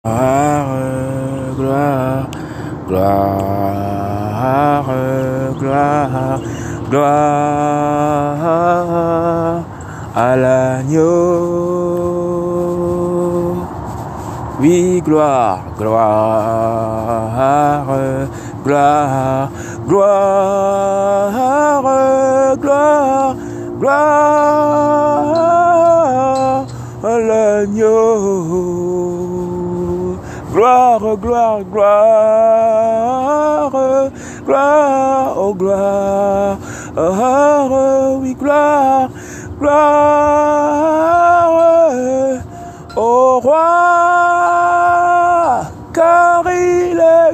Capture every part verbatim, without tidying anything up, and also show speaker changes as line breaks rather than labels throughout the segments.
gloire, gloire, gloire, gloire à l'agneau. Oui, gloire, gloire, gloire, gloire, gloire, gloire à l'agneau. Gloire, gloire, gloire, gloire, oh gloire, oh, oui, gloire, gloire au roi, car il est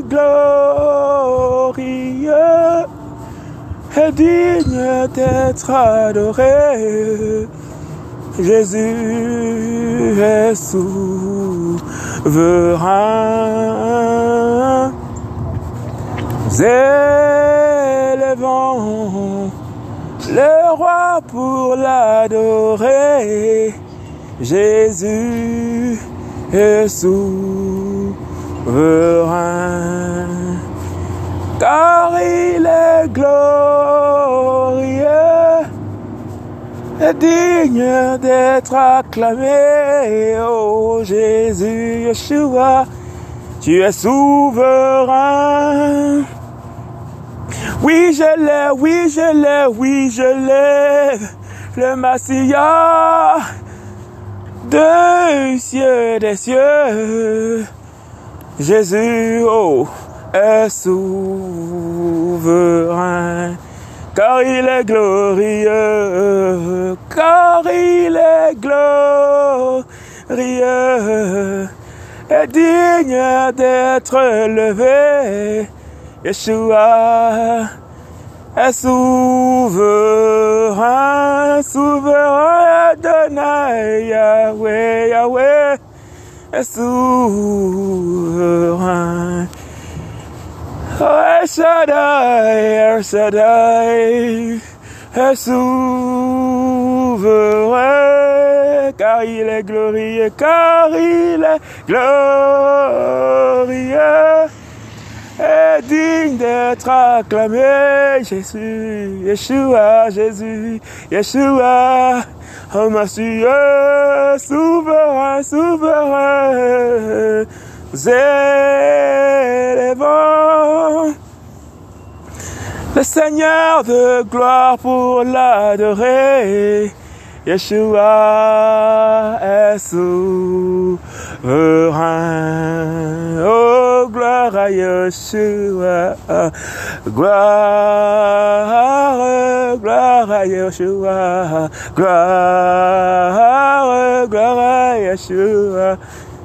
glorieux et digne d'être adoré. Jésus est souverain. Élevons le roi pour l'adorer. Jésus est souverain, car il est glorieux et digne d'être acclamé. Oh Jésus, Yeshua, tu es souverain. Oui, je l'ai, oui, je l'ai, oui, je l'ai, le Messia des cieux, des cieux. Jésus, oh, est souverain, car il est glorieux, car il est glorieux et digne d'être élevé. Yeshua est souverain, souverain, Adonai, Yahweh, Yahweh est souverain. Oh, El Shaddai, El Shaddai est souverain, car il est glorieux, car il est glorieux et digne d'être acclamé. Jésus, Yeshua, Jésus, Yeshua, oh Messia, souverain, souverain, élevons le Seigneur de gloire pour l'adorer. Yeshua est souverain. Oh, gloire à Yeshua. Gloire, gloire à Yeshua. Gloire, gloire à Yeshua.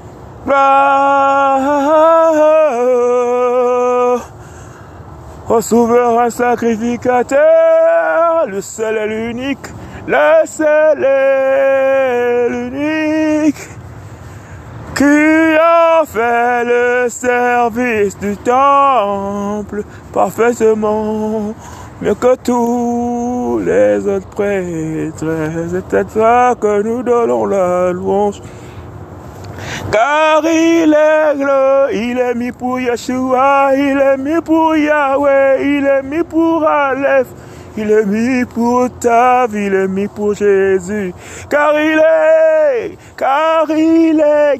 Gloire au souverain sacrificateur, le seul et l'unique. Le seul et l'unique qui a fait le service du temple parfaitement, mieux que tous les autres prêtres. C'est à toi que nous donnons la louange. Car il est glorieux, il est mis pour Yeshua, il est mis pour Yahweh, il est mis pour Aleph. Il est mis pour ta vie, il est mis pour Jésus, car il est, car il est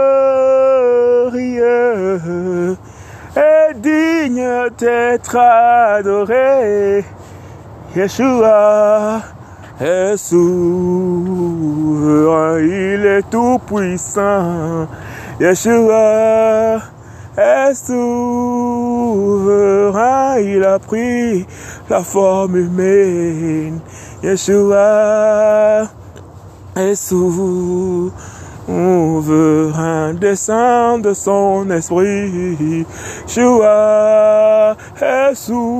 glorieux et digne d'être adoré. Yeshua est souverain, il est tout puissant. Yeshua est souverain, il a pris la forme humaine. Yeshua est souverain, descend de son esprit. Yeshua est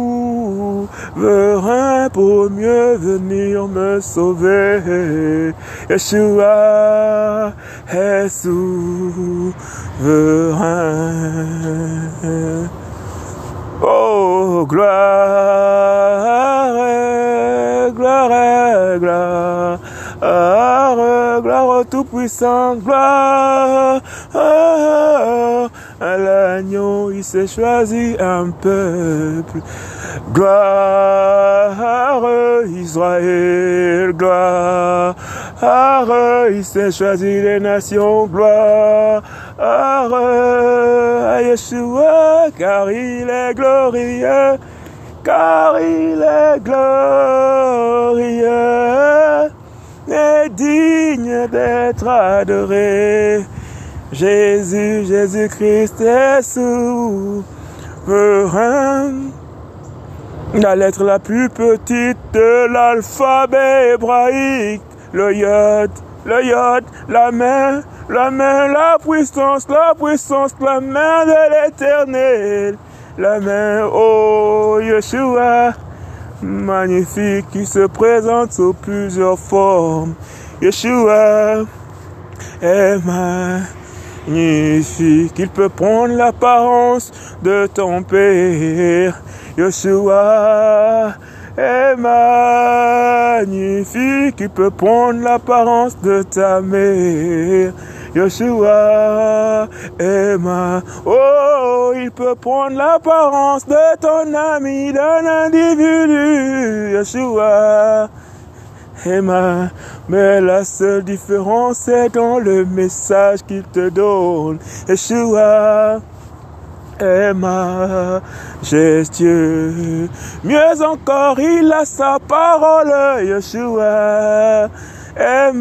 souverain pour mieux venir me sauver. Yeshua est souverain. Oh, gloire, gloire, gloire, gloire au Tout-Puissant, gloire. à l'agneau, il s'est choisi un peuple. Gloire Israël, gloire, il s'est choisi les nations, gloire à Yeshua, car il est glorieux, car il est glorieux et digne d'être adoré. Jésus, Jésus-Christ est souverain. La lettre la plus petite de l'alphabet hébraïque, le yod, le yod, la main, la main, la puissance, la puissance, la main de l'Éternel, la main, oh Yeshua, magnifique, qui se présente sous plusieurs formes. Yeshua est magnifique, il peut prendre l'apparence de ton Père. Yeshua est magnifique, il peut prendre l'apparence de ta mère. Yeshua est ma, oh, il peut prendre l'apparence de ton ami, d'un individu. Yeshua est ma, mais la seule différence est dans le message qu'il te donne. Yeshua est majestueux. Mieux encore, il a sa parole. Yeshua est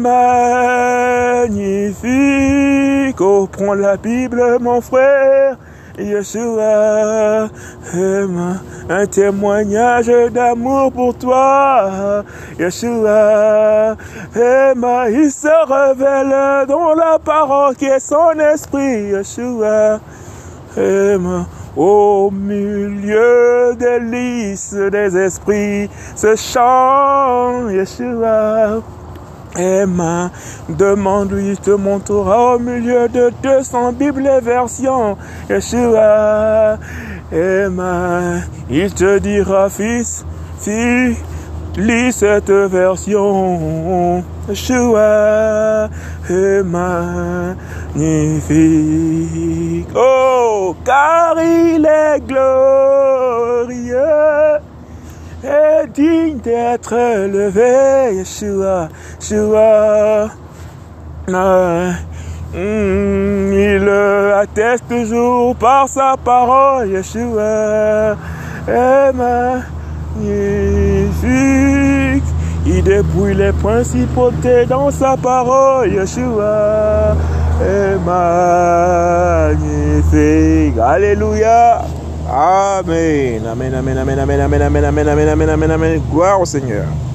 magnifique. Oh, prends la Bible, mon frère. Yeshua est un témoignage d'amour pour toi. Yeshua est ma, il se révèle dans la parole qui est son esprit. Yeshua aime au milieu des lys des esprits, ce chant, Yeshua aime, demande-lui, il te montrera au milieu de deux cents Bibles et versions. Yeshua aime, il te dira, fils, fille, lis cette version. Yeshua est magnifique. Oh, car il est glorieux et digne d'être élevé. Yeshua, Yeshua, ah, mm, il atteste toujours par sa parole. Yeshua est magnifique. Il dépouille les principautés dans sa parole. Yeshua est magnifique. Alléluia. Amen. Amen, amen, amen, amen, amen, amen, amen, amen, amen, amen, amen. Gloire au Seigneur.